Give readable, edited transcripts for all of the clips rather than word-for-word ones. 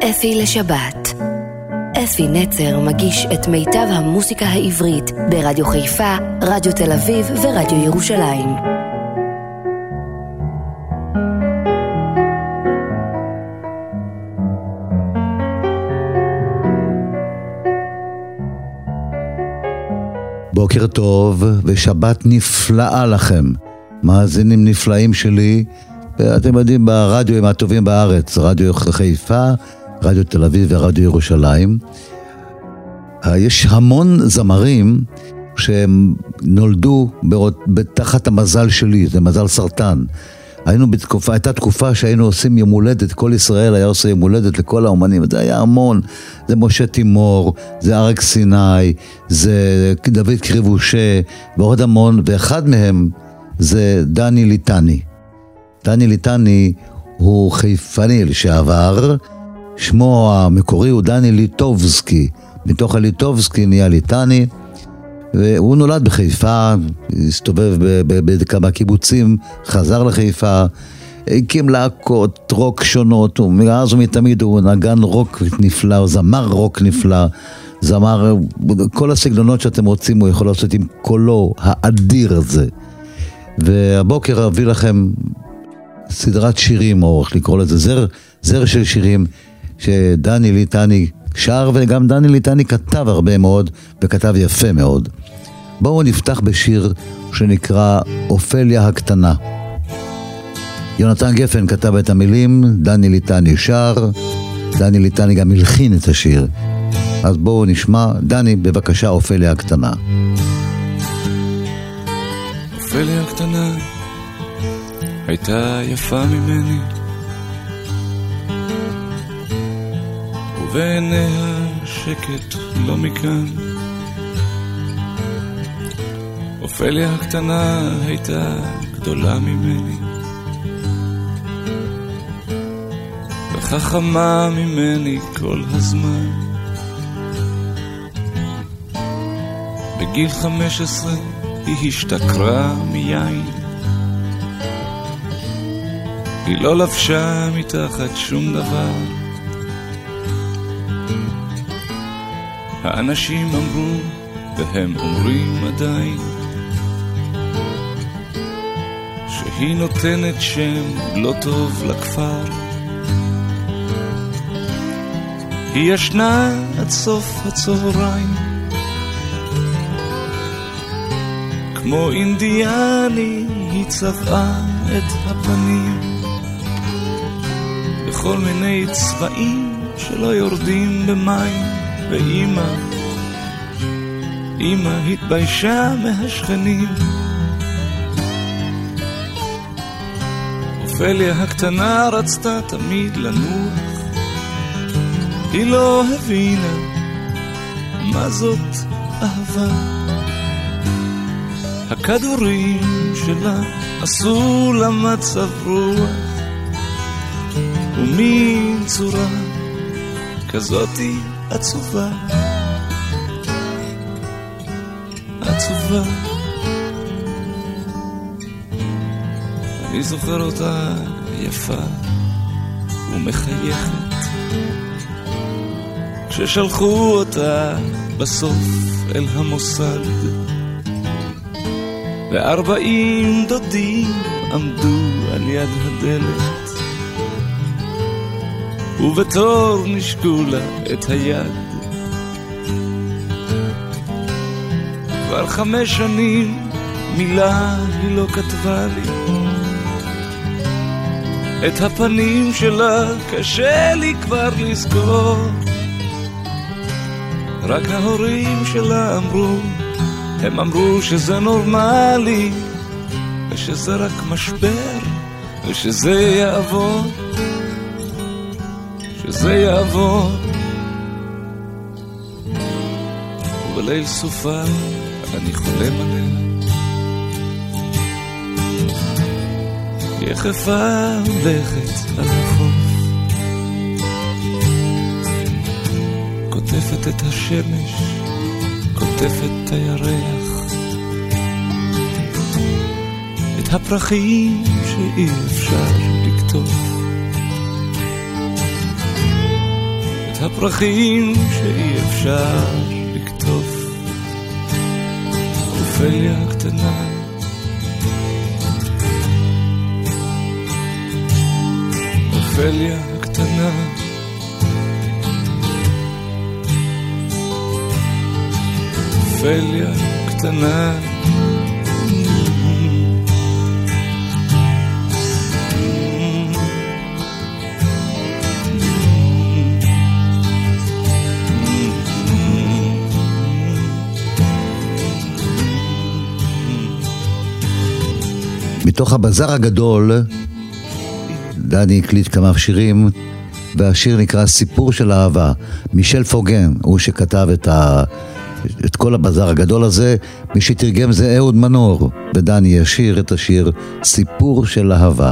אפי לשבת. אפי נצר מגיש את מיטב המוסיקה העברית ברדיו חיפה, רדיו תל אביב ורדיו ירושלים. בוקר טוב ושבת נפלאה לכם, מאזינים נפלאים שלי. אתם יודעים, ברדיו הם הטובים בארץ, רדיו חיפה, רדיו תל אביב ורדיו ירושלים. יש המון זמרים שהם נולדו תחת המזל שלי, זה מזל סרטן. הייתה תקופה שהיינו עושים יום הולדת, כל ישראל היה עושה יום הולדת לכל האומנים, זה היה המון, זה משה תימור, זה אריק סיני, זה דוד קריבושה, ועוד המון, ואחד מהם זה דני ליטני. דני ליטני הוא חיפני לשעבר, שמו המקורי הוא דני ליטובסקי, מתוך הליטובסקי נהיה ליטני, והוא נולד בחיפה, הסתובב בכמה קיבוצים, חזר לחיפה, הקים להקות רוק שונות, ומאז ומתמיד הוא נגן רוק נפלא, הוא זמר רוק נפלא, זמר כל הסגנונות שאתם רוצים, הוא יכול לעשות עם קולו האדיר הזה. והבוקר אביא לכם סדרת שירים, או איך לקרוא לזה, זר של שירים, שדני ליטני שר, וגם דני ליטני כתב הרבה מאוד, וכתב יפה מאוד. בואו נפתח בשיר שנקרא אופליה הקטנה. יונתן גפן כתב את המילים, דני ליטני שר, דני ליטני גם הלחין את השיר. אז בואו נשמע, דני בבקשה, אופליה הקטנה. אופליה הקטנה הייתה יפה ממני, ובעיניה שקט לא מכאן. אופליה הקטנה הייתה גדולה ממני, וחכמה ממני כל הזמן. בגיל 15 היא השתכרה מיין, היא לא לבשה מתחת שום דבר. האנשים אמרו, והם אומרים עדיין, שהיא נותנת שם לא טוב לכפר. היא ישנה עד סוף הצהריים, כמו אינדיאני היא צבעה את הפנים בכל מיני צבעים שלא יורדים במים. ואמא התביישה מהשכנים. אופליה הקטנה רצתה תמיד לנוח, היא לא הבינה מה זאת אהבה. הכדורים שלה עשו לה מצב רוח, ומין צורה כזאתי עצובה, עצובה. אני זוכר אותה יפה ומחייכת, כששלחו אותה בסוף אל המוסד, ו40 דודים עמדו על יד הדלת, ובתור נשקו לה את היד. כבר 5 שנים מילה היא לא כתבה לי, את הפנים שלה קשה לי כבר לזכור. רק ההורים שלה אמרו, הם אמרו שזה נורמלי, ושזה רק משבר, ושזה יעבור, שזה יעבור. ובליל סופה אני חולם עליה, יחפה הולכת על החוף, קוטפת את השמש, קוטפת את הירח, את הפרחים שאי אפשר לקטוף. את הפרחים שאי אפשר לקטוף. אופליה קטנה, אופליה קטנה, אופליה קטנה. מתוך הבזאר הגדול, דני הקליט כמה שירים, והשיר נקרא סיפור של אהבה. מישל פוגן, הוא שכתב את כל הבזאר הגדול הזה, מי שתרגם זה אהוד מנור, ודני ישיר את השיר סיפור של אהבה.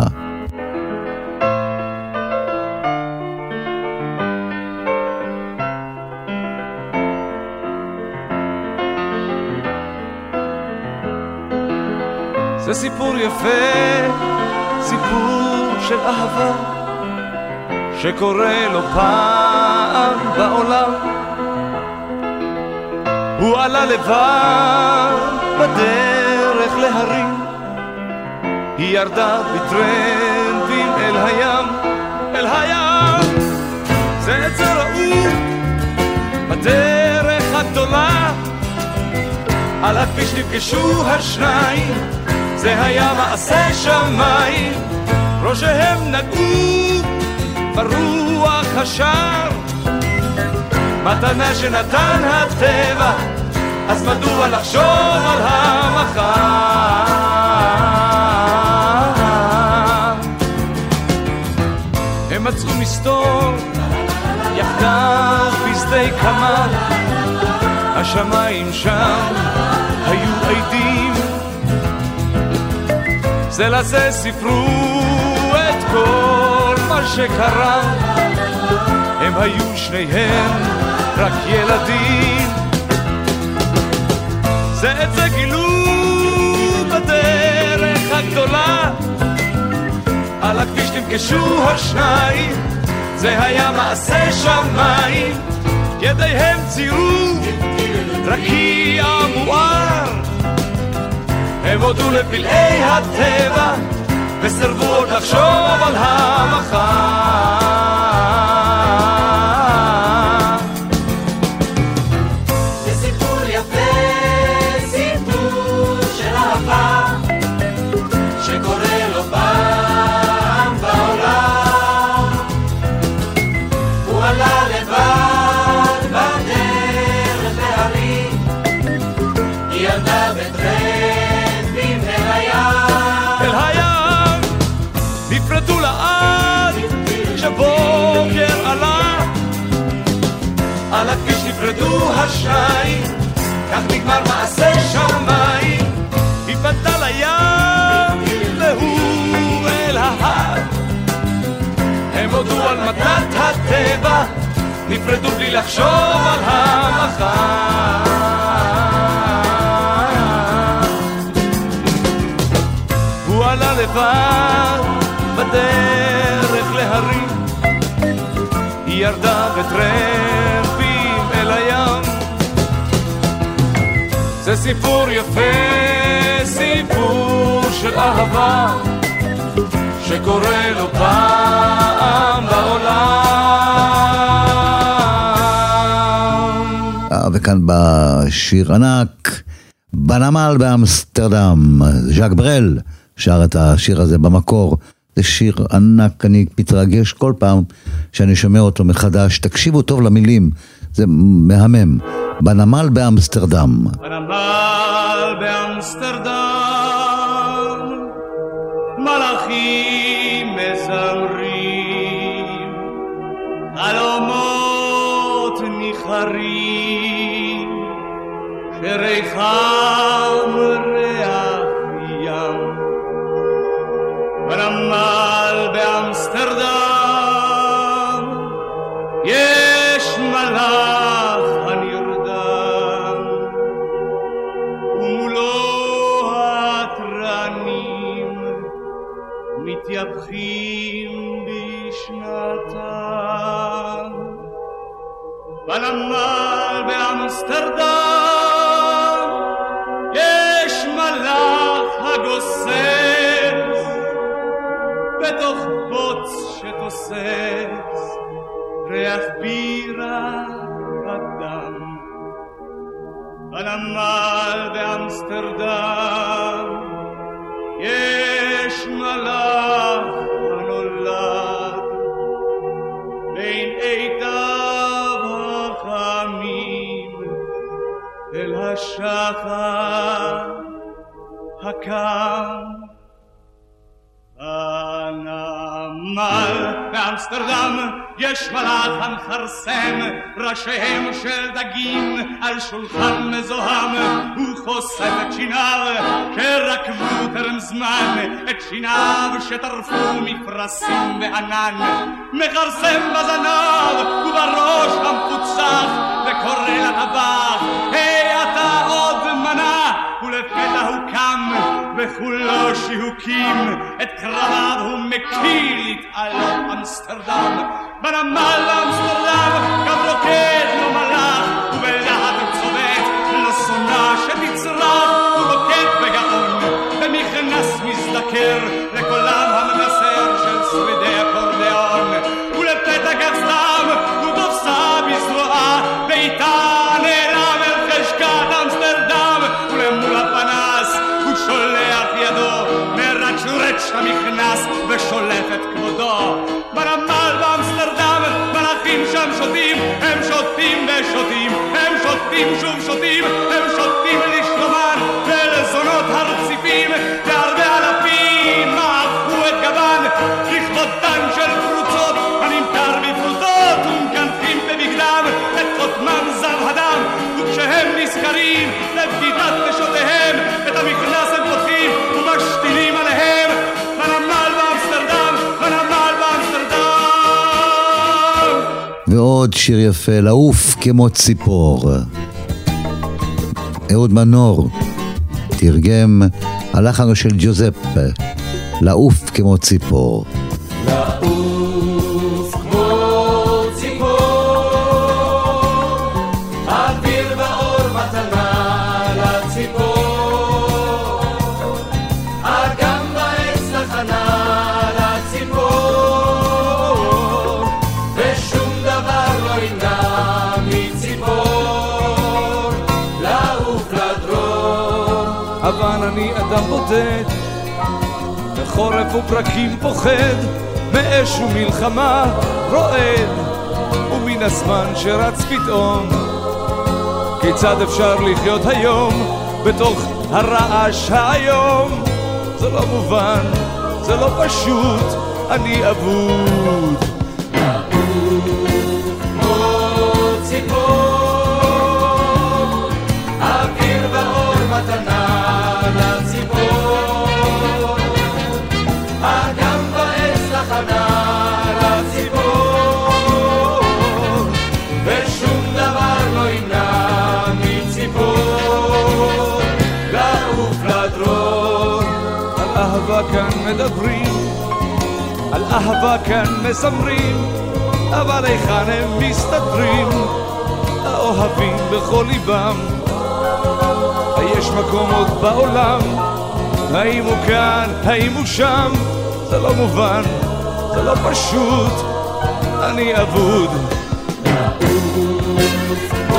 זה סיפור יפה, סיפור של אהבה, שקורה לו פעם בעולם. הוא עלה לבד בדרך להרים, היא ירדה בטרמפים אל הים, אל הים. זה עצר ראו בדרך הגדולה, על הכביש נפגשו השניים, זה היה מעשה שמיים. ראשיהם נגעו ברוח השר, מתנה שנתן הטבע, אז מדוע לחשוב על המחר? הם מצאו מסתור יחדיו בשדה קמה, השמיים שם היו עדים, זה לזה ספרו את כל מה שקרה. הם היו שניהם רק ילדים, זה את זה גילו בדרך הגדולה, על הכביש נפגשו השניים, זה היה מעשה שמיים. ידיהם צירו רקיע מואר, הם הודו לפלאי הטבע וסרבו עוד לחשוב על המחר. זה סיפור יפה, סיפור של אהבה, שקורה לו פעם בעולם. הוא עלה לבד בדרך להרים, היא ילדה בטרמפים אל הים, נפרדו לעד כשבוקר עלה, על הכביש נפרדו השניים, כך נגמר מעשה שמיים. היא פנתה לים והוא אל ההר, הם הודו על מתנת הטבע, נפרדו בלי לחשוב על המחר. הוא עלה לבד בדרך להרים, היא ירדה בטרמפים אל הים. זה סיפור יפה, סיפור של אהבה, שקורה לו פעם בעולם. וכאן בשיר ענק, בנמל באמסטרדם, ז'אק ברל שר את השיר הזה במקור. זה שיר ענק, אני מתרגש כל פעם שאני שומע אותו מחדש. תקשיבו טוב למילים, זה מהמם. בנמל באמסטרדם. בנמל באמסטרדם מלאכים מזמרים, חלומות ניחרים, שריחם ריח ים. בנמל באמסטרדם יש מלאך הנרדם, ומולו התרנים מתייבחים בשנתם. בנמל באמסטרדם יש מלאך הגוסס בתוך בוץ שתוסס ריח בירה ודם. בנמל באמסטרדם יש מלאך הנולד בין עיתיו החמים אל השחר הקם. בנמל באמסטרדם יש מלאך המחרסם ראשיהם של דגים על שולחן מזוהם, הוא חושף את שיניו שרקבו טרם זמן, את שיניו שטרפו מפרסים וענן, מחרסם בזנב ובראש המפוצח וקורא לטבח, היי אתה עוד מנה, ולפתע הוא קם וכולו שיהוקים, את קרביו הוא מקיל להתעלות אמסטרדם. בנמל באמסטרדם גם רוקד לו מלאך ובלהט צובט לא שונא שתצרח, הוא רוקד בגאון במכנס מזדקר לקולם המנסר של שרידי אקורדיאון, ולפתע כך סתם הוא תופסה בזרועה ואיתה נעלם אל חשכת אמסטרדם, ולמול הפנס הוא שולח ידו מרצ'רץ' המכנס ושולף את כבודו. בנמל באמסטרדם מלאכים שם שותים, הם שותים ושותים, הם שותים שוב שותים, הם שותים לשלומן ולזונות הרציפים, והרבה אלפים מעפו את גבן לכבודן של קבוצות הנמכר בפרוטות ומקנחים בבגדם את חותמם זב הדם, וכשהם נזכרים לבגידת נשותיהם את המכנס הם פותחים ומשתינים עליהם. בנמל באמסטרדם, בנמל באמסטרדם. ועוד שיר יפה, לעוף כמו ציפור. אהוד מנור תרגם, הלחן הוא של ג'וזפה, לעוף כמו ציפור. לעוף כמו ציפור, אוויר ואור מתנה לציפור, אגם בעץ לחנה לציפור, ושום דבר לא ימנע מציפור לעוף לדרום. אבל אני אדם בודד, בחורף ופרקים פוחד, מאש ומלחמה רועד, ומן הזמן שרץ פתאום. כיצד אפשר לחיות היום בתוך הרעש היום? זה לא מובן, זה לא פשוט, אני אבוד. כמו ציפור, אוויר ואור מתנה לציפור, אגם בעץ לחנה לציפור, ושום דבר לא ימנע מציפור לעוף לדרום. על אהבה כאן מדברים, על אהבה כאן מסמרים, אבל היכן הם מסתדרים האוהבים בכל ליבם? יש מקום עוד בעולם, האם הוא כאן, האם הוא שם? זה לא מובן, זה לא פשוט, אני אבוד. כמו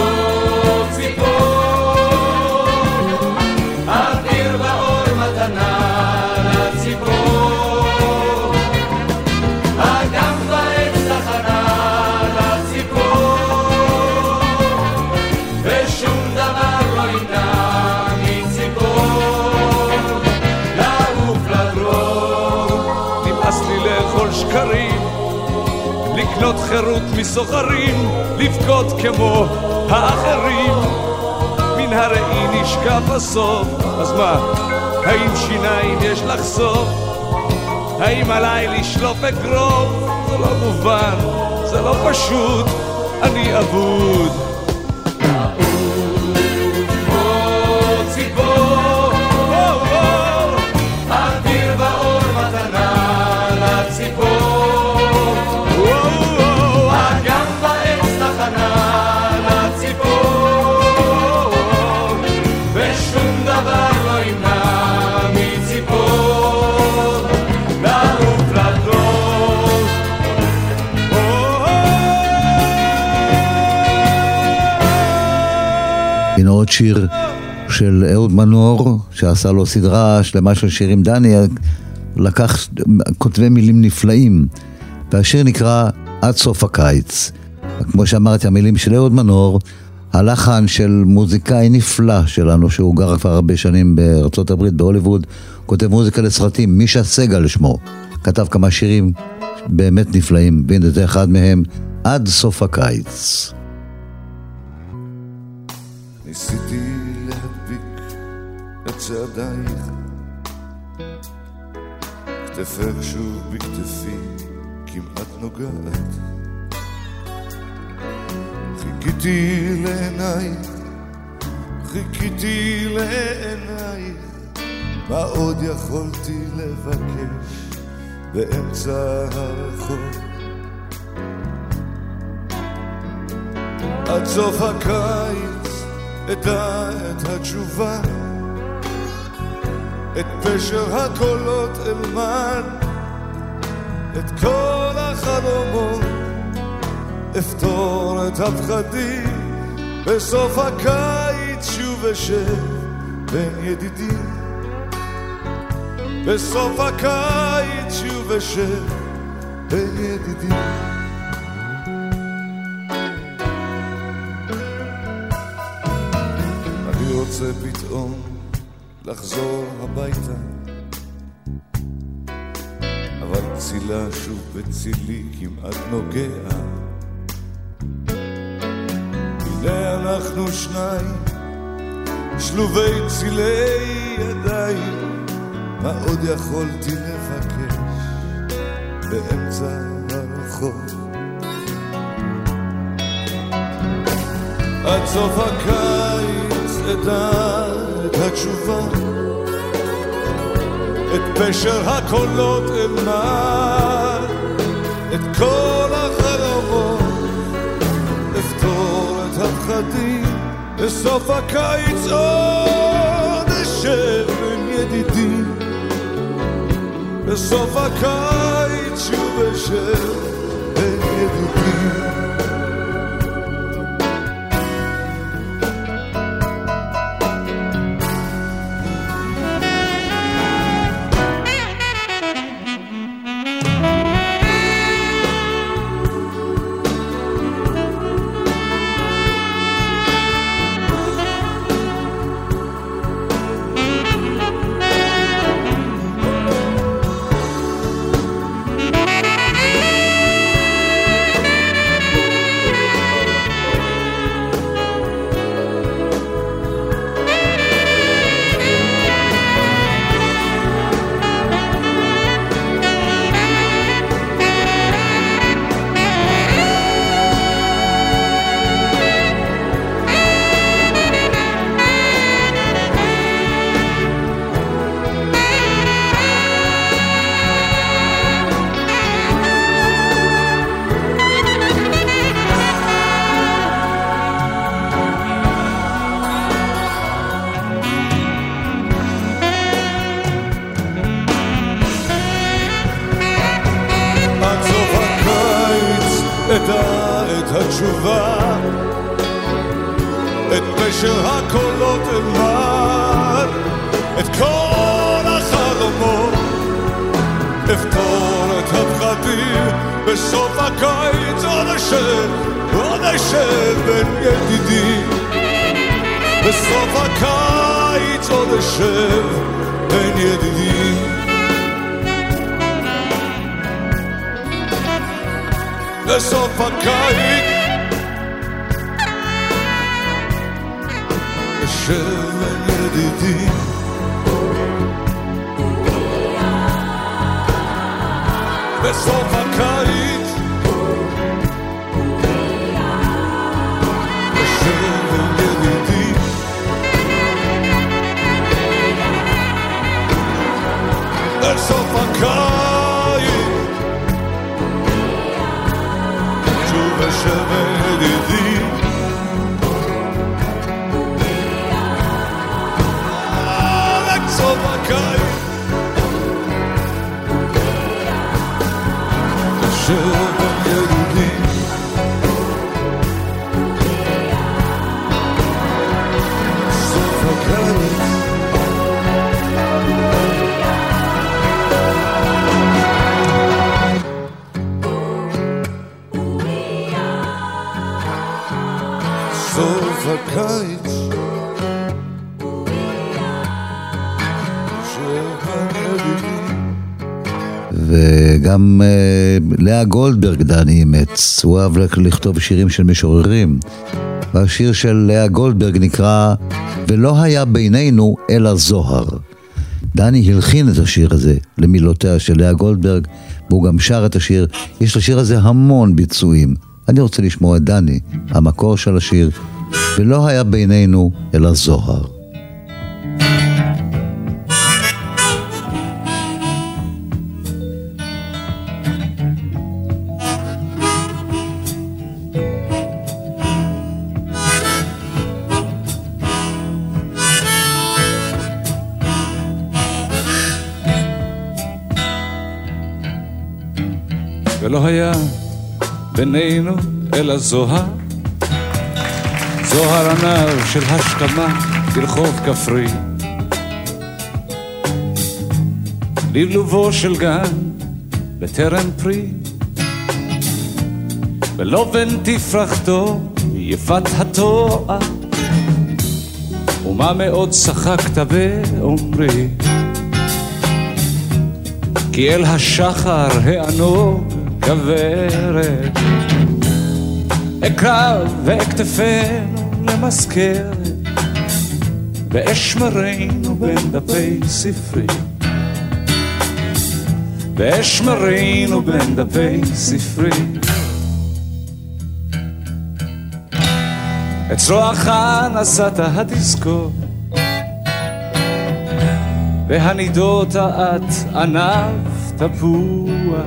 ציפור, אוויר ואור מתנה לציפור, אגם בעץ לחנה לציפור, ושום דבר לא ימנע מציפור לעוף לדרום. נמאס לי לאכול שקרים, לקנות חירות מסוחרים, לבכות כמו האחרים. מן הראי נשקף הסוף, אז מה? האם שיניים יש לחשוף? האם עליי לשלוף אגרוף? זה לא מובן, זה לא פשוט, אני אבוד. כמו ציפור, אוויר ואור מתנה לציפור, אגם בעץ לחנה הנה עוד שיר של אהוד מנור, שעשה לו סדרה שלמה של שירים. דני לקח כותבי מילים נפלאים, והשיר נקרא עד סוף הקיץ. כמו שאמרתי, המילים של אהוד מנור, הלחן של מוזיקאי נפלא שלנו, שהוא גר כבר הרבה שנים בארצות הברית, בהוליווד, כותב מוזיקה לסרטים, מישה סגל שמו, כתב כמה שירים באמת נפלאים, והנה זה אחד מהם, עד סוף הקיץ. ניסיתי להדביק את צעדייך, כתפך שוב בכתפי כמעט נוגעת, חיכיתי לעינייך, חיכיתי לעינייך, מה עוד יכולתי לבקש באמצע הרחוב. עד סוף הקיץ אדע את התשובה, את פשר הקולות אלמד, את כל החלומות אפתור את הפחדים. בסוף הקיץ שוב אשב בין ידידים, בסוף הקיץ שוב אשב בין ידידים. אני רוצה פתאום לחזור הביתה, אבל צילה שוב בצילי כמעט נוגע. הנה אנחנו שניים, שלובי צילי ידיים, מה עוד יכולתי לבקש באמצע הרחוב. עד סוף הקיץ אדע את התשובה, את פשר הקולות אלמד, את כל החלומות אפתור את הפחדים. בסוף הקיץ עוד אשב בין ידידים, בסוף הקיץ שוב אשב בין ידידים. את פשר הקולות אלמד, את כל החלומות אפתור את הפחדים. בסוף הקיץ עוד אשב בין ידידים, בסוף הקיץ עוד אשב בין ידידים. בסוף הקיץ אשב בין ידידים. בסוף הקיץ אשב בין ידידים. בסוף הקיץ שוב אשב בין ידידים. בסוף הקיץ אשב בין ידידים. הקיץ וגם לאה גולדברג דני אימץ, הוא אהב לכתוב שירים של משוררים, והשיר של לאה גולדברג נקרא ולא היה בינינו אלא זוהר. דני הלחין את השיר הזה למילותיה של לאה גולדברג, והוא גם שר את השיר. יש לשיר הזה המון ביצועים. אני רוצה לשמוע את דני, המקור של השיר ולא היה בינינו אלא זוהר. ולא היה בינינו אלא זוהר, זוהר ענב של השכמה ברחוב כפרי, לבלובו של גן בטרם פרי, ולא בן תפרחתו יפת התואר, ומה מאוד שחקת באומרי, כי אל השחר הענוג כברת, אקרב ואכתפנו למזכרת, ואשמרנו בין דפי ספרי, ואשמרנו בין דפי ספרי. אצלוח נסעת הדיסקו, והנידות את ענב תפוח,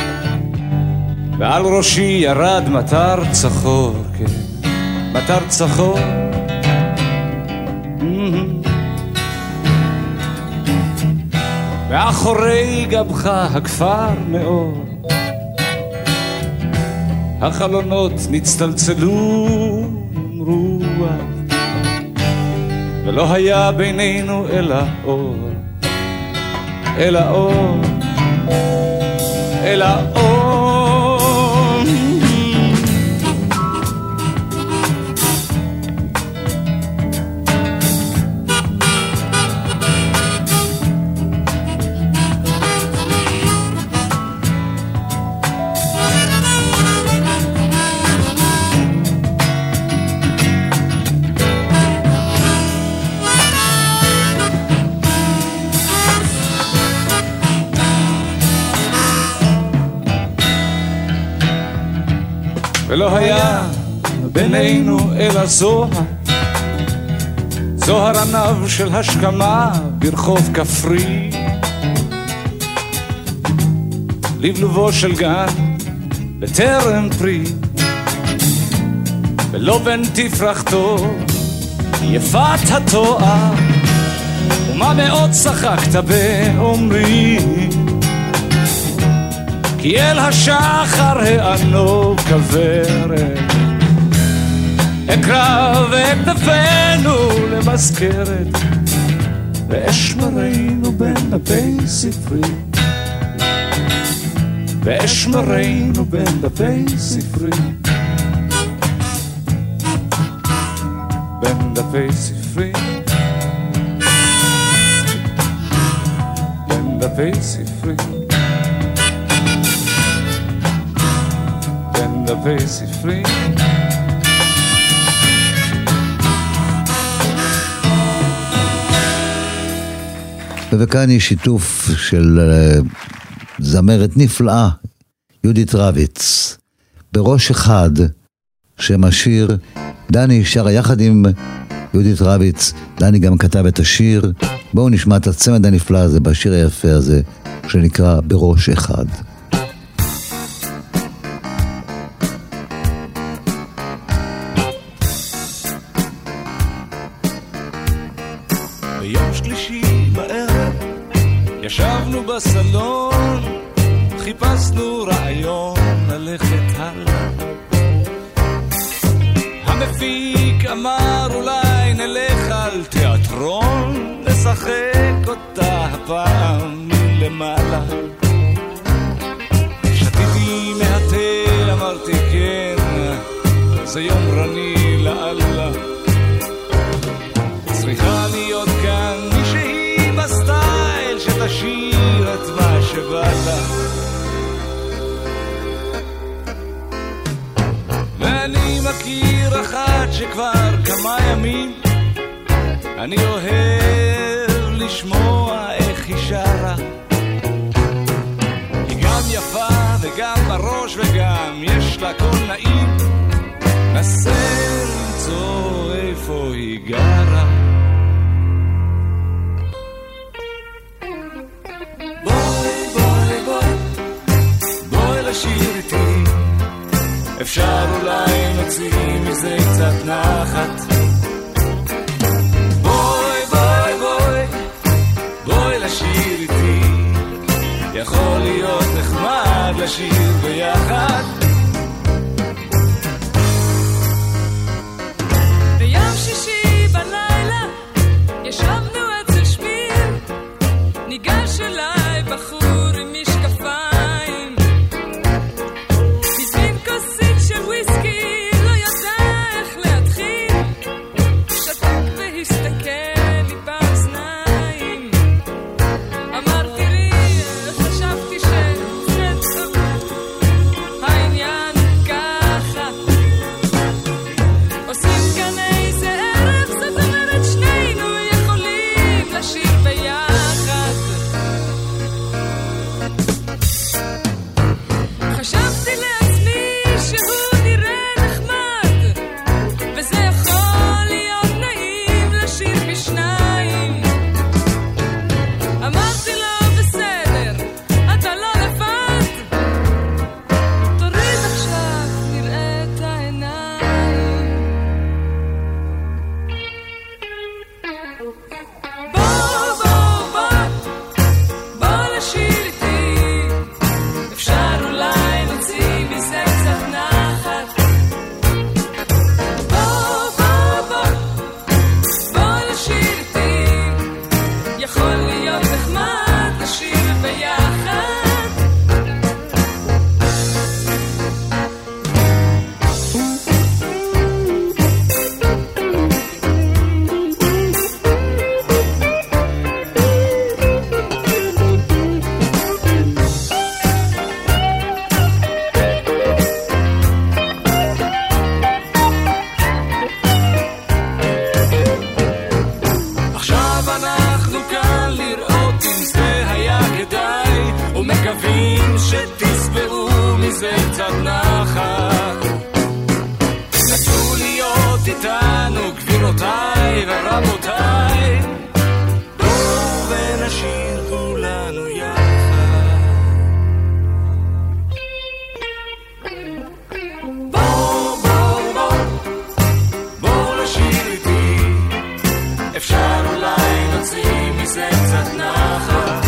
ועל ראשי ירד מטר צחור, כן, מטר צחור. ואחורי גבך הכפר מאור, החלונות נצטלצלו רוח, ולא היה בינינו אלא אור, אלא אור, אלא אור. ולא היה בינינו אלא זוהר, זוהר ענב של השכמה ברחוב כפרי, לבלובו של גן בטרם פרי, ולא בן תפרחתו יפת התואר, ומה מאוד שחקת באומרי, כי אל השחר הענוג כברת, אקרב ואכתפנו למזכרת, ואשמרנו בין דפי ספרי, ואשמרנו בין דפי ספרי, בין דפי ספרי, בין דפי ספרי, דפי ספרי. וכאן יש שיתוף של זמרת נפלאה, יהודית רביץ, בראש אחד, שם השיר. דני שר יחד עם יהודית רביץ, דני גם כתב את השיר. בואו נשמע את הצמד הנפלא הזה בשיר היפה הזה שנקרא בראש אחד. ישבנו בסלון, חיפשנו רעיון ללכת הלאה. המפיק אמר אולי נלך על תיאטרון, נשחק אותה הפעם מלמעלה. שתיתי מהתה, אמרתי כן, זה יום רני לאללה. ואני מכיר אחת שכבר כמה ימים אני אוהב לשמוע איך היא שרה. היא גם יפה וגם בראש וגם יש לה קול נעים, נסה למצוא איפה היא גרה. בואי לשיר איתי, אפשר אולי נוציא מזה קצת נחת. בואי לשיר איתי, יכול להיות נחמד לשיר ביחד. ביום שישי בלילה ישבנו אצל שמיר, ניגש אליי בחור עם משקפיים, הזמין כוסית של וויסקי, לא ידע איך להתחיל, שתק והסתכל לי באוזניים, אמרתי לי חשבתי שזה טוב, העניין ככה, עושים כאן איזה ערב, זאת אומרת שנינו יכולים לשיר ביחד. חשבתי לעצמי שהוא נראה נחמד, וזה יכול להיות נעים לשיר בשניים. אמרתי לו בסדר, אתה לא לבד, תוריד עכשיו נראה את העיניים. בוא לשיר איתי, אפשר אולי נוציא מזה קצת נחת. בוא לשיר איתי, יכול להיות נחמד לשיר ביחד. עכשיו אנחנו כאן לראות אם זה היה כדאי, ומקווים שתסברו מזה קצת נחת. רצו להיות איתנו גבירותיי ורבותיי, בואו ונשיר כולנו יחד. בואו לשיר איתי, אפשר אולי נוציא מזה קצת נחת.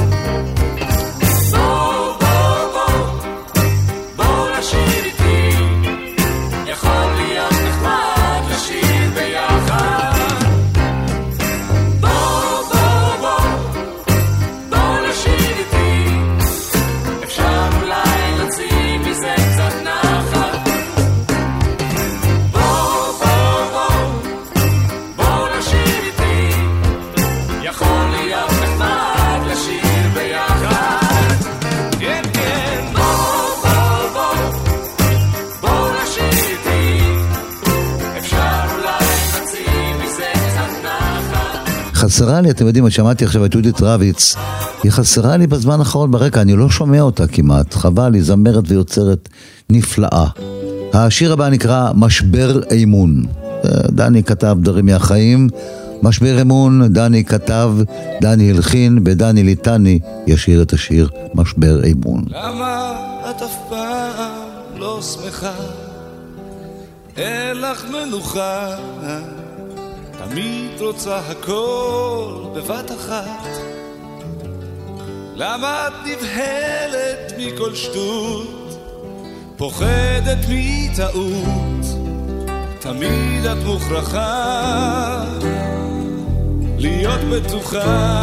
בואו לשיר איתי, יכול להיות נחמד לשיר ביחד. בואו לשיר איתי, אפשר אולי נוציא מזה קצת נחת. בואו לשיר איתי, יכול להיות נחמד לשיר ביחד. כן, כן. בואו לשיר איתי, אפשר אולי נוציא מזה קצת נחת. חסרה לי, אתם יודעים, שמעתי עכשיו את יהודית רביץ, היא חסרה לי בזמן האחרון ברקע, אני לא שומע אותה כמעט, חבל, היא זמרת ויוצרת נפלאה. השיר הבא נקרא משבר אמון. דני כתב דברים מהחיים, משבר אמון, דני כתב, דני הלחין, ודני ליטני ישיר את השיר משבר אמון. למה את אף פעם לא שמחה, אין לך מנוחה, תמיד רוצה הכל בבת אחת. למה את נבהלת מכל שטות, פוחדת מטעות, תמיד את מוכרחה להיות בטוחה.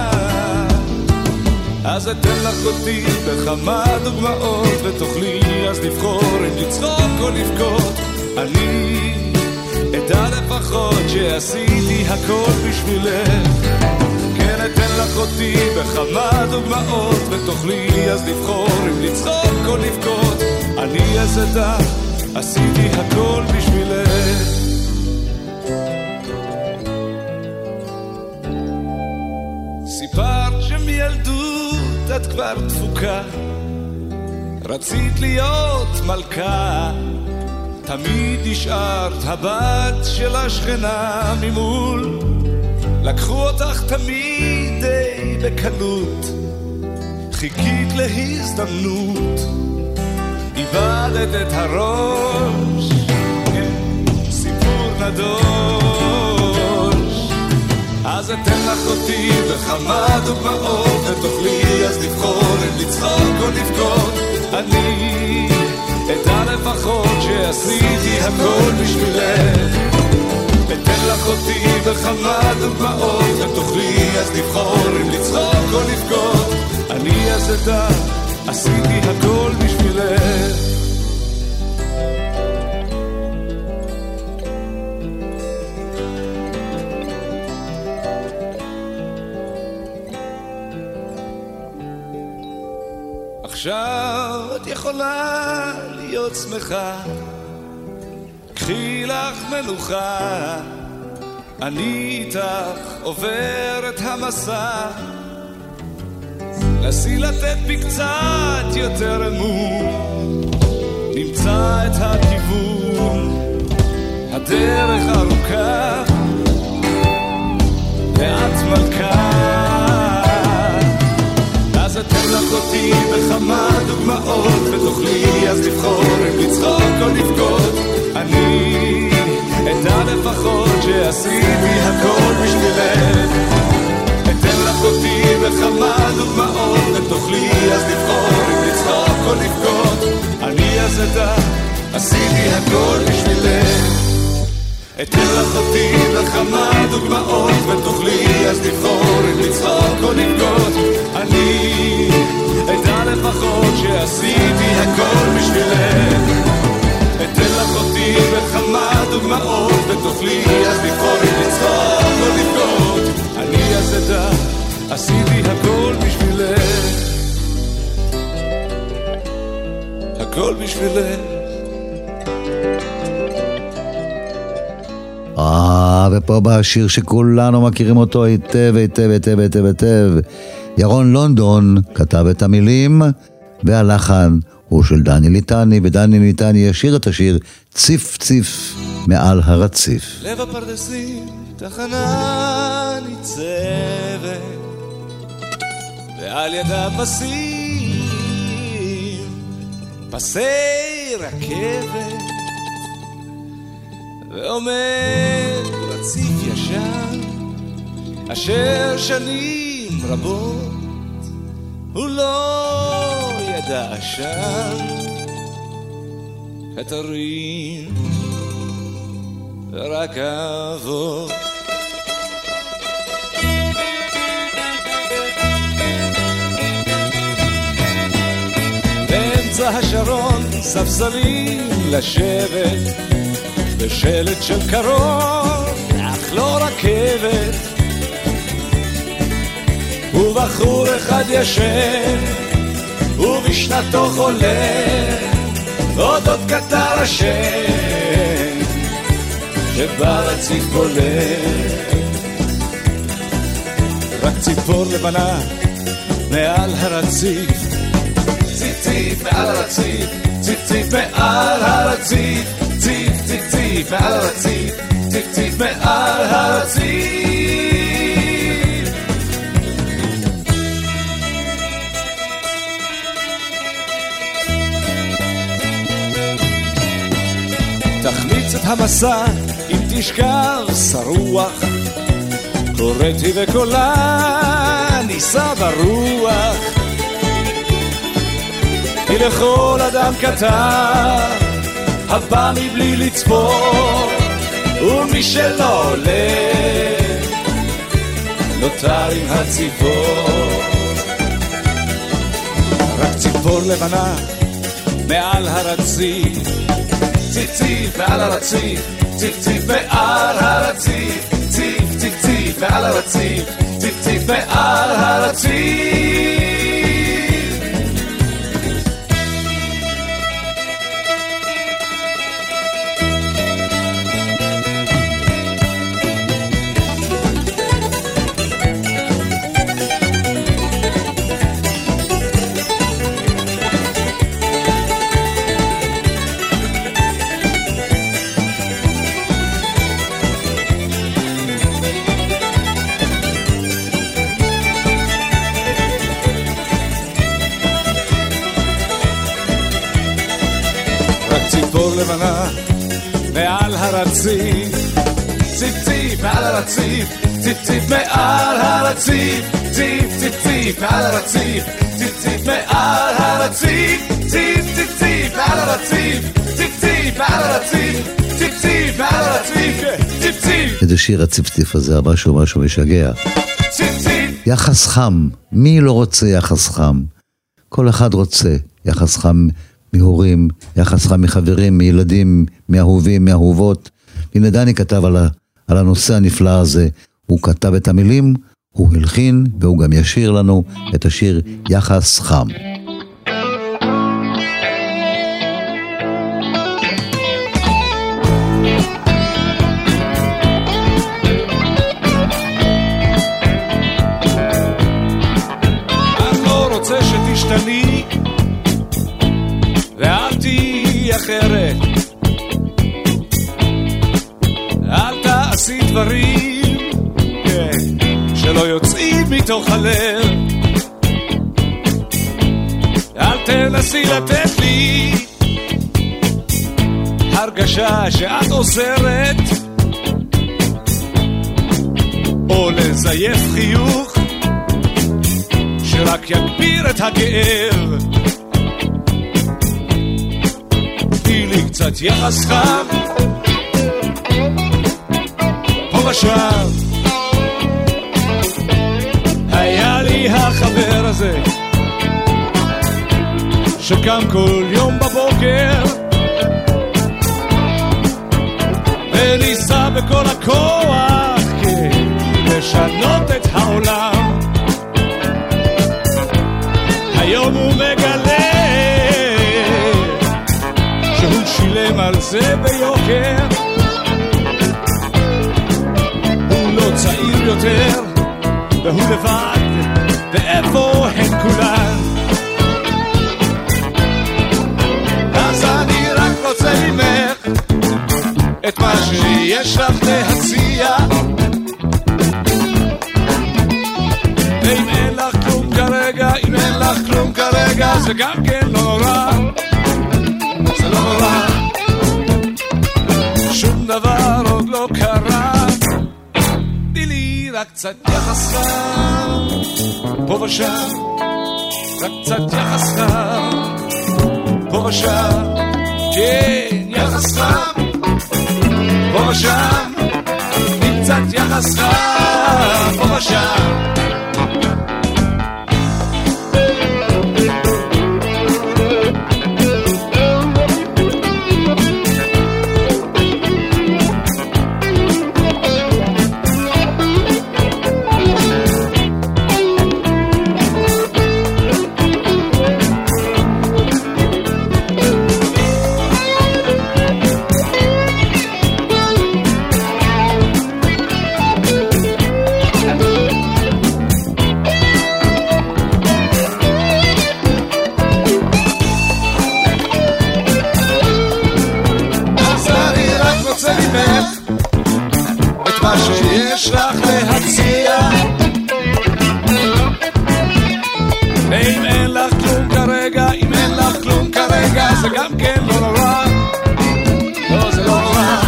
אז אתן לך אותי בכמה דוגמאות ותוכלי אז לבחור אם לצחוק או לבכות. אני אדע לפחות שעשיתי הכל בשבילך, כן אתן לך אותי בכמה דוגמאות ותוכלי אז לבחור אם לצחוק או לבכות. אני אז אדע עשיתי הכל בשבילך. סיפרת שמילדות את כבר דפוקה, רצית להיות מלכה, תמיד נשארת הבת של השכנה ממול, לקחו אותך תמיד די בקלות, חיכית להזדמנות, איבדת את הראש, סיפור נדוש. אז אתן לך אותי בכמה דוגמאות, ותוכלי אז לבחור אם לצחוק או לבכות. אני אדע לפחות שעשיתי הכל בשבילך, אתן לך אותי בכמה דוגמאות, ותוכלי אז לבחור אם לצחוק או לבכות. אני אז אדע, עשיתי הכל בשבילך. עכשיו את יכולה להיות שמחה, קחי לך מנוחה, אני איתך עובר את המסע, נסי לתת בי קצת יותר אמון, נמצא את הכיוון, הדרך ארוכה ואת מלכה. אז אתן לך אותי בכמה דוגמאות, ותוכלי אז לבחור אם לצחוק או לבכות. אני אדע לפחות שעשיתי הכל בשבילך, אתן לך אותי בכמה דוגמאות, ותוכלי אז לבחור אם לצחוק או לבכות. אני אז אדע, עשיתי הכל בשבילך, אתן לך אותי בכמה דוגמאות, ותוכלי אז לבחור אם לצחוק או לבכות. אני אדע לפחות שעשיתי הכל בשבילך, אתן לך אותי בכמה דוגמאות, ותוכלי אז לבחור אם לצחוק או לבכות. אני אז אדע, עשיתי הכל בשבילך, הכל בשבילך. ופה בשיר שכולנו מכירים אותו היטב היטב היטב היטב היטב, ירון לונדון כתב את המילים והלחן הוא של דני ליטני, ודני ליטני ישיר את השיר ציף ציף מעל הרציף. לב הפרדסים תחנה ניצבת, ועל ידה פסים פסי רכבת, ועומד רציף ישן אשר שנים רבות הוא לא ידע עשן, חתרים ורכבות. באמצע השרון ספסלים לשבת, בשלט של קרון אך לא רכבת, ובחור אחד ישן ובשנתו חולה, עוד קטר השן שברציף בולט. רק ציפור לבנה מעל הרציף, ציף ציף מעל הרציף, ציף ציף מעל הרציף, ציף ציף ציף מעל הרציף, ציף ציף מעל הרציף. תחמיץ את המסע אם תשכב שרוח, קוראתי וקולה ניסה ברוח, כי לכל אדם קטן הבא מבלי לצפור, ומי שלא עולה נותר עם הציפור. רק ציפור לבנה מעל הרציף, ציף ציף מעל הרציף, ציף ציף מעל הרציף, ציף ציף ציף מעל הרציף, ציף ציף מעל הרציף. ציפור לבנה מעל הרציף, ציפ ציפ מעל הרציף, ציפ ציפ מעל הרציף, ציפ ציפ ציפ מעל הרציף, ציפ ציפ מעל הרציף, ציפ ציפ ציפ מעל הרציף, ציפ ציפ מעל הרציף, ציפ ציפ מעל הרציף, ציפ ציפ. איזה שיר הציפציף הזה, משהו משגע. ציפ ציפ. יחס חם, מי לא רוצה יחס חם? כל אחד רוצה יחס חם מהורים, יחס חם מחברים, מילדים, מאהובים, מאהובות. הנה דני כתב על הנושא הנפלא הזה. הוא כתב את המילים, הוא הלחין, והוא גם ישיר לנו את השיר יחס חם. אני לא רוצה שתשתני ואל תהי אחרת, אל תעשי דברים שלא יוצאים מתוך הלב, אל תנסי לתת לי הרגשה שאת עוזרת, או לזייף חיוך שרק יגביר את הכאב. תני לי קצת יחס חם פה ושם. היה לי החבר הזה שקם כל יום בבוקר וניסה בכל הכוח לשנות את העולם. היום הוא מגלה שהוא שילם על זה ביוקר, הוא לא צעיר יותר והוא לבד, ואיפה הן כולן? אז אני רק רוצה ממך את מה שיש לך להציע, ואם אין לך כלום כרגע, אם אין לך כלום כרגע, זה גם כן לא נורא, זה לא נורא, שום דבר עוד לא קרה. תני לי רק קצת יחס חם פה ושם, רק קצת יחס חם פה ושם, כן, יחס חם פה ושם, קצת יחס חם פה ושם. שיש לך להציע, ואם אין לך כלום כרגע, אם אין לך כלום כרגע, זה גם כן לא נורא, לא זה לא נורא,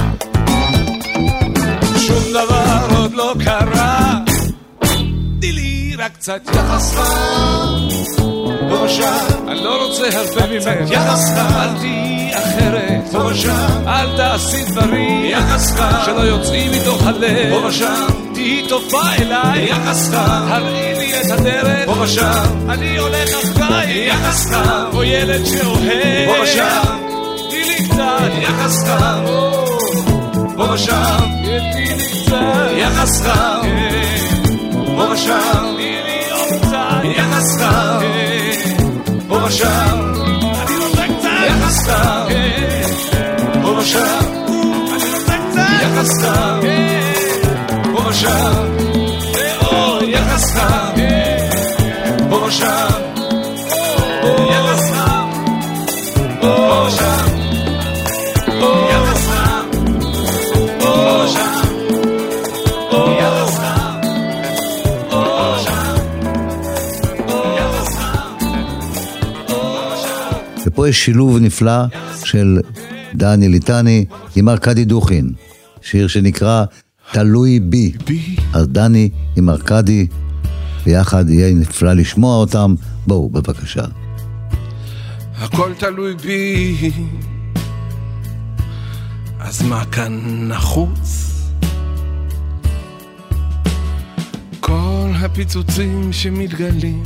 שום דבר עוד לא קרה. תני לי רק קצת יחס חם פה ושם, אני לא רוצה הרבה ממך, יחס חם, אל תהי אחרת פה ושם, אל תעשי דברים יחס חם שלא יוצאים מתוך הלב פה ושם, תהי טובה אליי יחס חם, הראי לי את הדרך פה ושם, אני הולך אחריי יחס חם, או ילד שאוהב פה ושם, תני לי קצת יחס חם פה ושם, תני לי קצת יחס חם פה ושם, תני לי עוד קצת יחס חם פה ושם, אני רוצה קצת יחס חם פה ושם, אני רוצה קצת יחס חם פה ושם, ועוד יחס חם פה ושם, יחס חם פה ושם, יחס חם פה ושם, יחס חם פה ושם, יחס חם. ופה יש שילוב נפלא של דני ליטני עם ארקדי דוכין, שיר שנקרא תלוי בי. אז דני עם ארקדי ביחד, יהיה נפלא לשמוע אותם. בואו בבקשה. הכל תלוי בי, אז מה כאן נחוץ? כל הפיצוצים שמתגלים,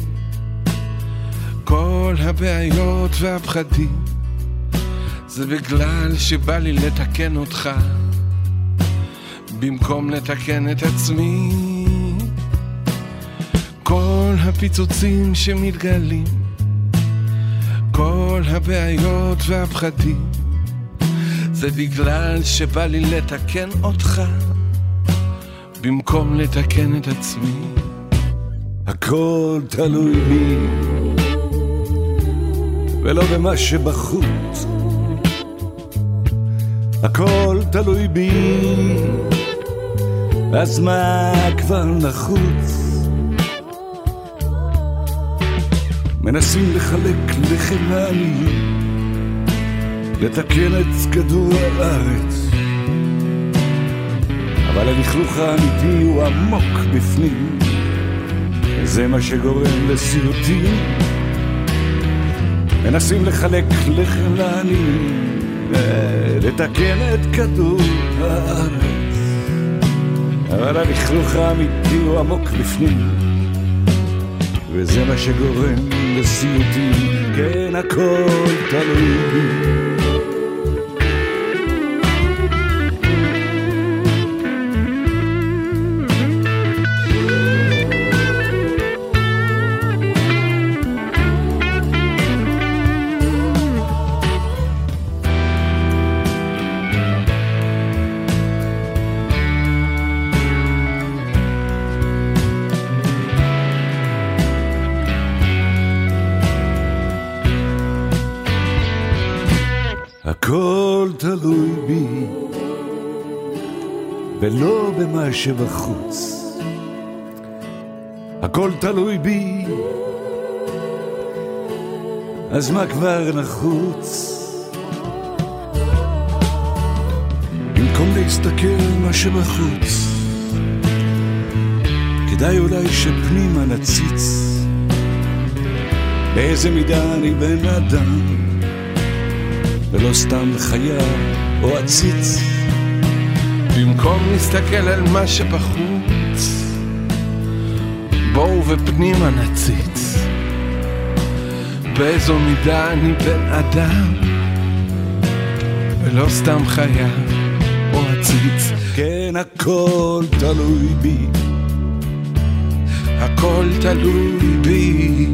כל הבעיות והפחדים, זה בגלל שבא לי לתקן אותך במקום לתקן את עצמי. כל הפיצוצים שמתגלים, כל הבעיות והפחדים, זה בגלל שבא לי לתקן אותך במקום לתקן את עצמי. הכל תלוי בי ולא במה שבחוץ, הכל תלוי בי, אז מה כבר נחוץ? מנסים לחלק לחם לעניים, לתקן את כדור הארץ, אבל הלכלוך האמיתי הוא עמוק בפנים, זה מה שגורם לסיוטים. מנסים לחלק לחם לעניים, לתקן את כדור הארץ, אבל הלכלוך האמיתי הוא עמוק בפנים, וזה מה שגורם לסיוטים. כן, הכל תלוי בי. הכל תלוי בי ולא במה שבחוץ, הכל תלוי בי, אז מה כבר נחוץ? במקום להסתכל על מה שבחוץ, כדאי אולי שפנימה נציץ באיזה מידה אני בן אדם, ולא סתם חיה או עציץ. במקום להסתכל על מה שבחוץ, בואו ופנימה נציץ באיזו מידה אני בן אדם, ולא סתם חיה או עציץ. כן, הכל תלוי בי, הכל תלוי בי,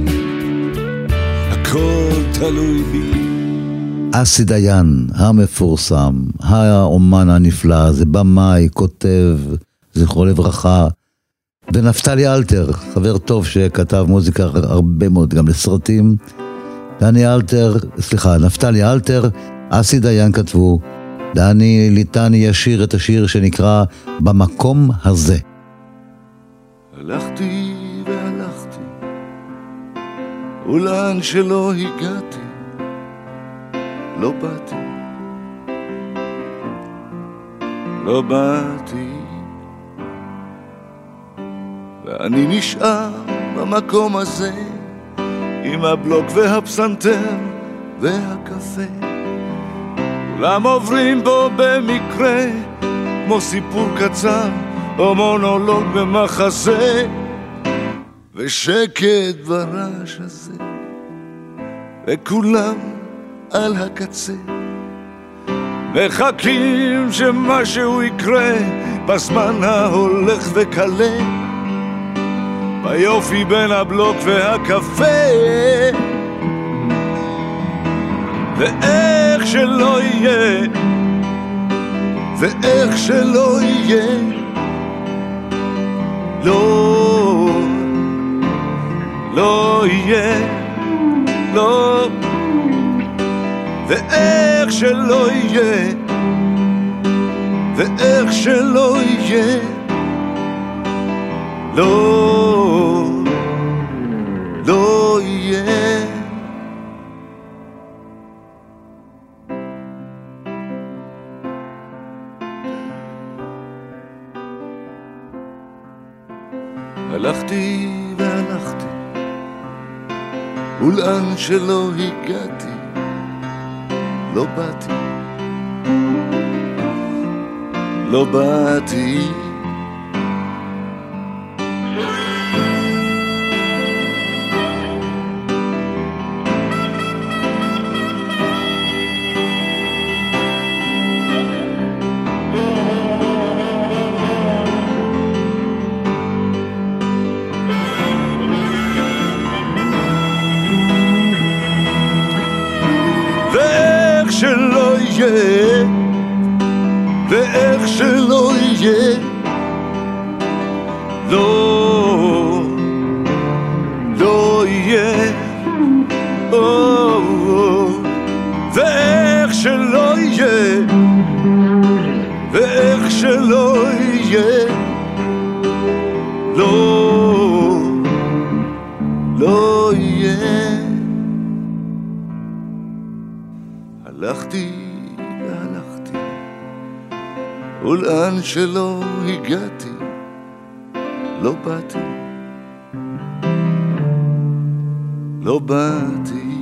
הכל תלוי בי. אסי דיין המפורסם, האומן הנפלא, זה במאי, כותב, זכרו לברכה, ונפתלי אלתר, חבר טוב שכתב מוזיקה הרבה מאוד גם לסרטים. נפתלי אלתר, אסי דיין כתבו, דני ליטני ישיר את השיר שנקרא במקום הזה. הלכתי והלכתי ולאן שלא הגעתי לא באתי, ואני נשאר במקום הזה עם הבלוק והפסנתר והקפה. כולם עוברים בו במקרה כמו סיפור קצר או מונולוג במחזה, ושקט ברעש הזה, וכולם על הקצה מחכים שמשהו יקרה בזמן ההולך וקלה, ביופי בין הבלוק והקפה. ואיך שלא יהיה, ואיך שלא יהיה, לא יהיה, לא. ואיך שלא יהיה, ואיך שלא יהיה, לא יהיה. הלכתי והלכתי, ולאן שלא הגעתי, לא באתי, לא באתי. ואיך שלא יהיה, לא יהיה, ואיך שלא יהיה, ואיך שלא יהיה, לא יהיה. הלכתי והלכתי, ולאן שלא הגעתי, לא באתי, לא באתי.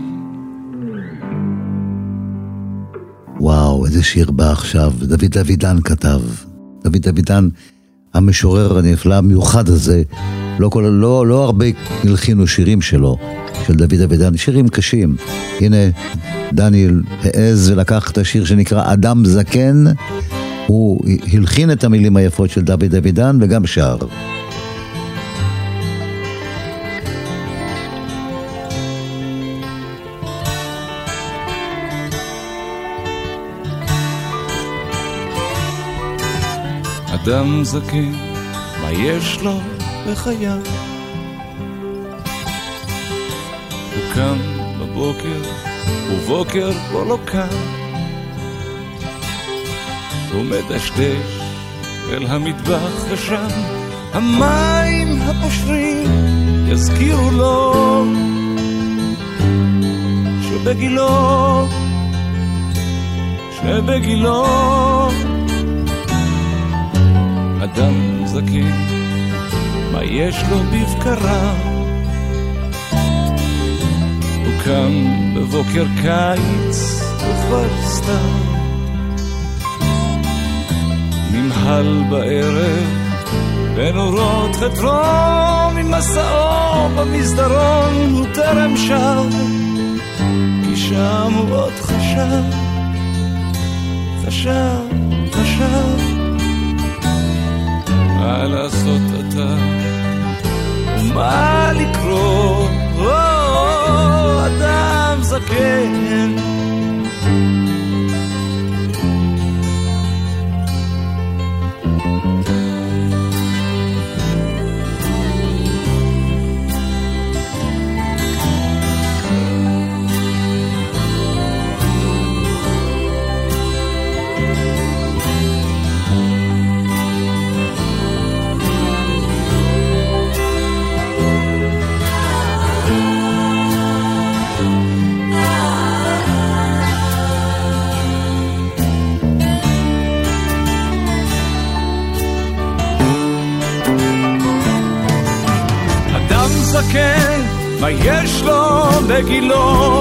וואו, איזה שיר בא עכשיו, דוד אבידן כתב. דוד אבידן, המשורר הנפלא המיוחד הזה, לא הרבה הלחינו שירים שלו, של דוד אבידן, שירים קשים. הנה, דניאל העז ולקח את השיר שנקרא אדם זקן, הוא הלחין את המילים היפות של דוד אבידן וגם שר. אדם זקן, מה יש לו בחייו? הוא קם בבוקר, ובוקר בו לא קם, הוא מדשדש אל המטבח, ושם המים הפושרים יזכירו לו שבגילו אדם זקן, מה יש לו בבקרה? הוא קם בבוקר קיץ וכבר סתם נמהל בערב בנורות חתרון, ממסעו במסדרון הוא טרם שב, כי שם הוא עוד חשב מה לעשות אתה ומה לקרוא, אדם זקן. זקן, מה יש לו בגילו?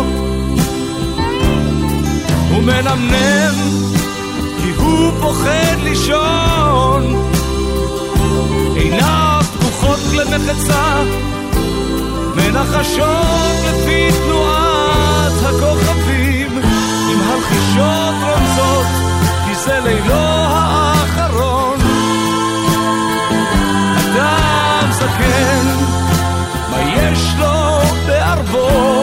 הוא מנמנם כי הוא פוחד לישון, עיניו פקוחות למחצה, מנחשות לפי תנועת הכוכבים, עם הלחישות רומזות כי זה לילו האחרון. אדם זקן, מה יש לו בערבו?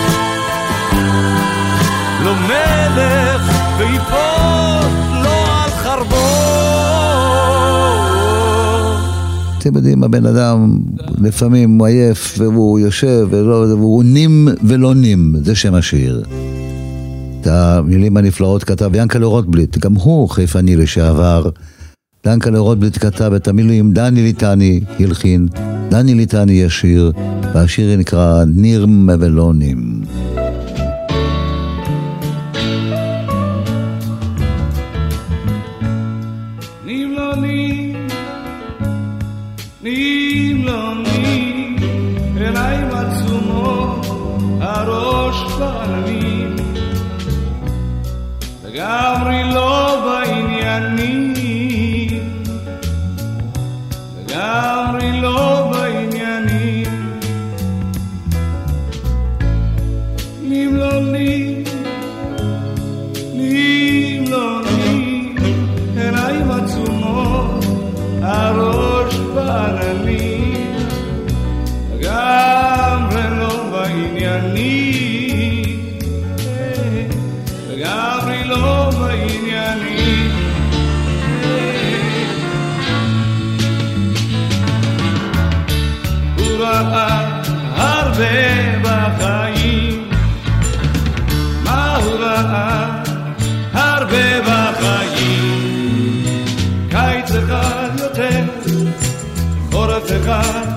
לא מלך ויפול לא על חרבו. אתם יודעים, הבן אדם לפעמים הוא עייף והוא יושב והוא נים ולא נים, זה שם השיר. את המילים הנפלאות כתב ינקלה רוטבליט, גם הוא חיפני לשעבר. ינקלה רוטבליט כתב את המילים, דני ליטני הלחין, דני ליטני ישיר, והשיר נקרא נים ולא נים. נים לא נים, נים לא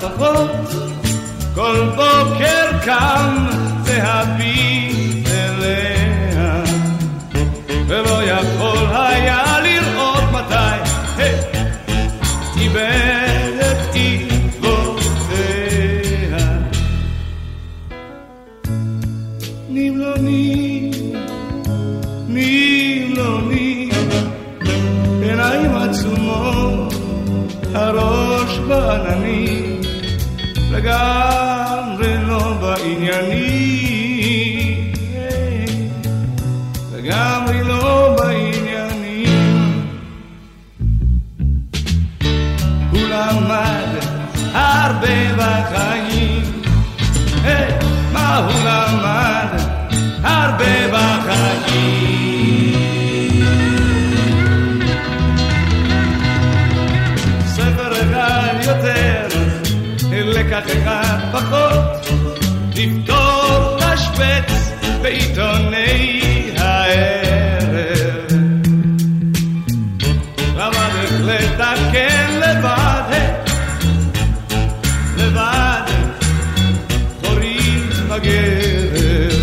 פחות, כל בוקר קם והביט אליה, ולא יכול היה לראות מתי איבד את עקבותיה. נמלוני, נמלוני, עיניים עצומות, הראש בעננים, לגמרי לא בעניינים, לגמרי לא בעניינים. הוא למד הרבה בחיים, מה הוא למד הרבה בחיים. ספר אחד יותר, לקח אחד פחות, לפתור תשפץ בעיתוני הערב. למדת לתקן לבד, לבד, חורים בגרב.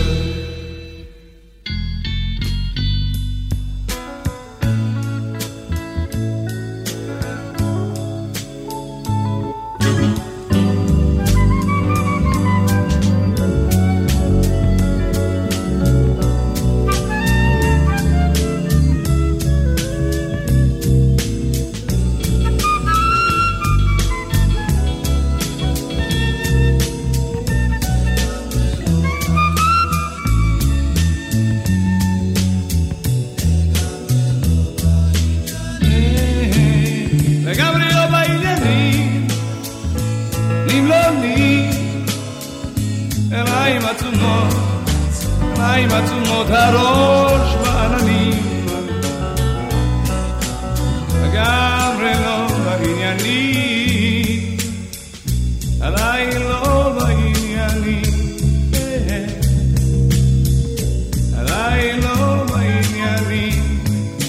עיניים עצומות, הראש בעננים, לגמרי לא בעניינים, עליי לא בעניינים, עליי לא בעניינים,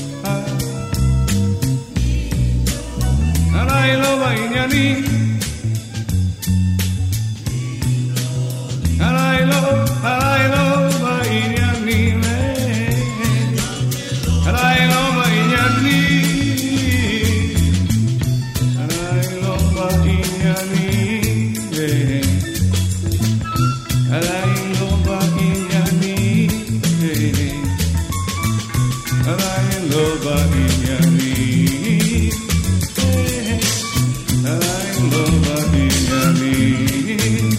עליי לא בעניינים, עליי לא בעניינים, עליי לא בעניינים, עליי לא בעניינים, עליי לא בעניינים, עליי לא בעניינים, עליי לא בעניינים.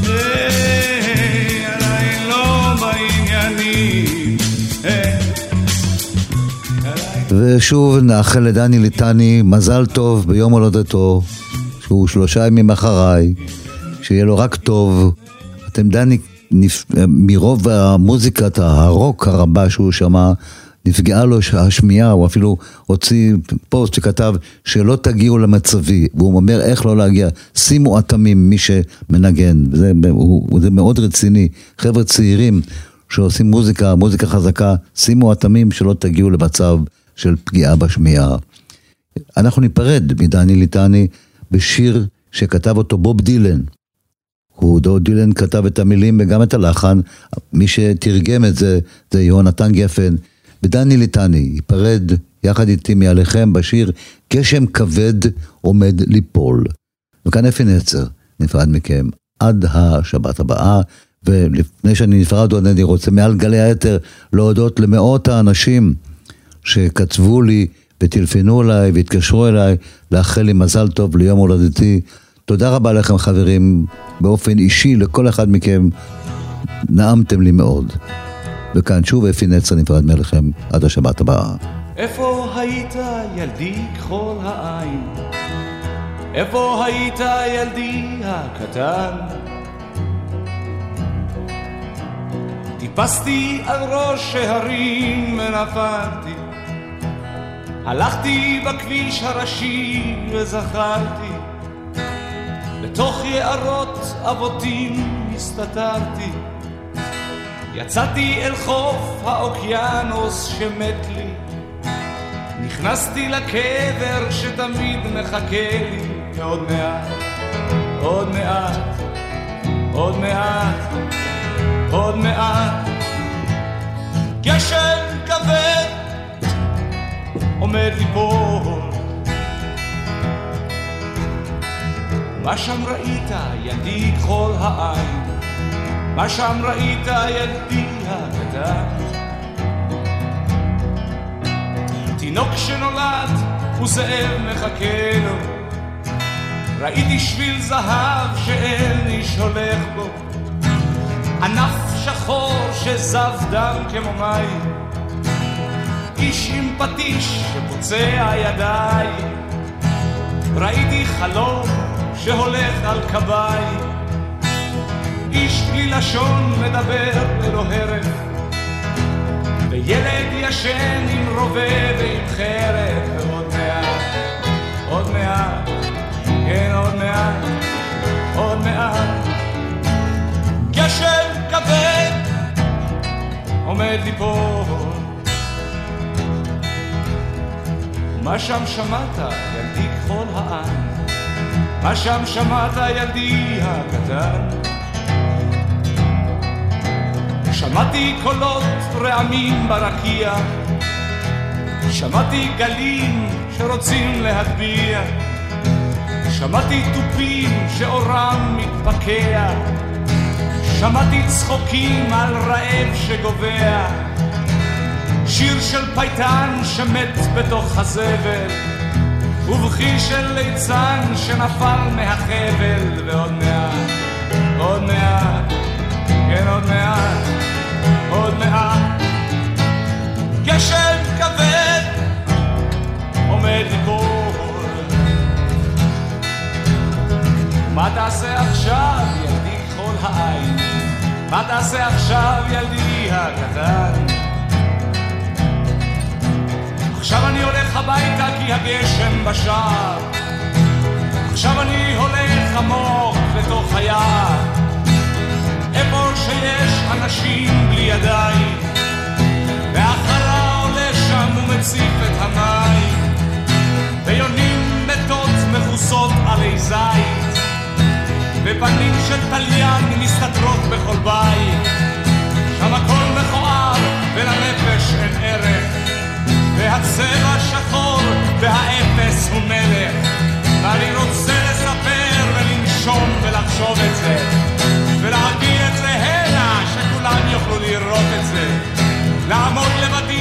ושוב נאחל לדני ליטני מזל טוב ביום הולדתו, שהוא 3 ימים אחריי, שיהיה לו רק טוב. אתם דני, מרוב המוזיקת הרוק הרבה שהוא שמע, נפגעה לו השמיעה, הוא אפילו הוציא פוסט שכתב שלא תגיעו למצבי, והוא אומר איך לא להגיע, שימו אטמים מי שמנגן, זה מאוד רציני, חבר'ה צעירים שעושים מוזיקה חזקה, שימו אטמים שלא תגיעו למצב של פגיעה בשמיעה. אנחנו ניפרד מדני ליטני בשיר שכתב אותו בוב דילן. בוב דילן כתב את המילים וגם את הלחן, מי שתרגם את זה זה יהונתן גפן. ודני ליטני ייפרד יחד איתי מעליכם בשיר גשם כבד עומד ליפול. וכאן אפי נצר נפרד מכם עד השבת הבאה. ולפני שאני נפרד עוד אני רוצה מעל גלי היתר להודות למאות האנשים שכתבו לי וטלפנו אליי והתקשרו אליי לאחל לי מזל טוב ליום הולדתי. תודה רבה לכם חברים, באופן אישי לכל אחד מכם, נעמתם לי מאוד. וכאן שוב אפי נצר נפרד מלכם עד השבת הבאה. איפה היית ילדי כחול העין? איפה היית ילדי הקטן? טיפסתי על ראש ההרים ונפלתי, הלכתי בכביש הראשי וזכרתי, בתוך יערות אבותים הסתתרתי, יצאתי אל חוף האוקיינוס שמת לי, נכנסתי לקבר שתמיד מחכה לי, ועוד מעט עוד מעט, עוד מעט, עוד מעט. גשם כבד עומד ליפול. מה שם ראית ילדי כחול העין? מה שם ראית ילדי הקטן? תינוק שנולד וזאב מחכה לו. ראיתי שביל זהב שאין איש הולך בו. ענף שחור שזב דם כמו מים. איש עם פטיש שפוצע ידיים. ראיתי חלום שהולך על קביי. איש בלי לשון מדבר ללא הרף. וילד ישן עם רובה ועם חרב. ועוד מעט, עוד מעט, כן עוד מעט, עוד מעט. גשם כבד עומד ליפול. מה שם שמעת ילדי כחול העין? מה שם שמעת ילדי הקטן? שמעתי קולות רעמים ברקיע. שמעתי גלים שרוצים להטביע. שמעתי טופים שאורם מתפקע. שמעתי צחוקים על רעב שגובע. שיר של פייטן שמת בתוך הזבל. ובכי של ליצן שנפל מהחבל. ועוד מעט, עוד מעט, כן עוד מעט, עוד מעט. גשם כבד עומד ליפול. מה תעשה עכשיו ילדי כחול העין? מה תעשה עכשיו ילדי הקטן? עכשיו אני הולך הביתה כי הגשם בשער. עכשיו אני הולך עמוק לתוך היער. איפה שיש אנשים בלי ידיים. והחלה עולה שם ומציף את המים. ויונים מתות מכוסות עלי זית. ופנים של טליין מסתתרות בכל בית. שם הכל מכוער ולנפש אין ערך. והצבע שחור והאפס הוא מלך. ואני רוצה לספר ולנשום ולחשוב את זה. ולהביא את זה הנה שכולם יוכלו לראות את זה. לעמוד לבד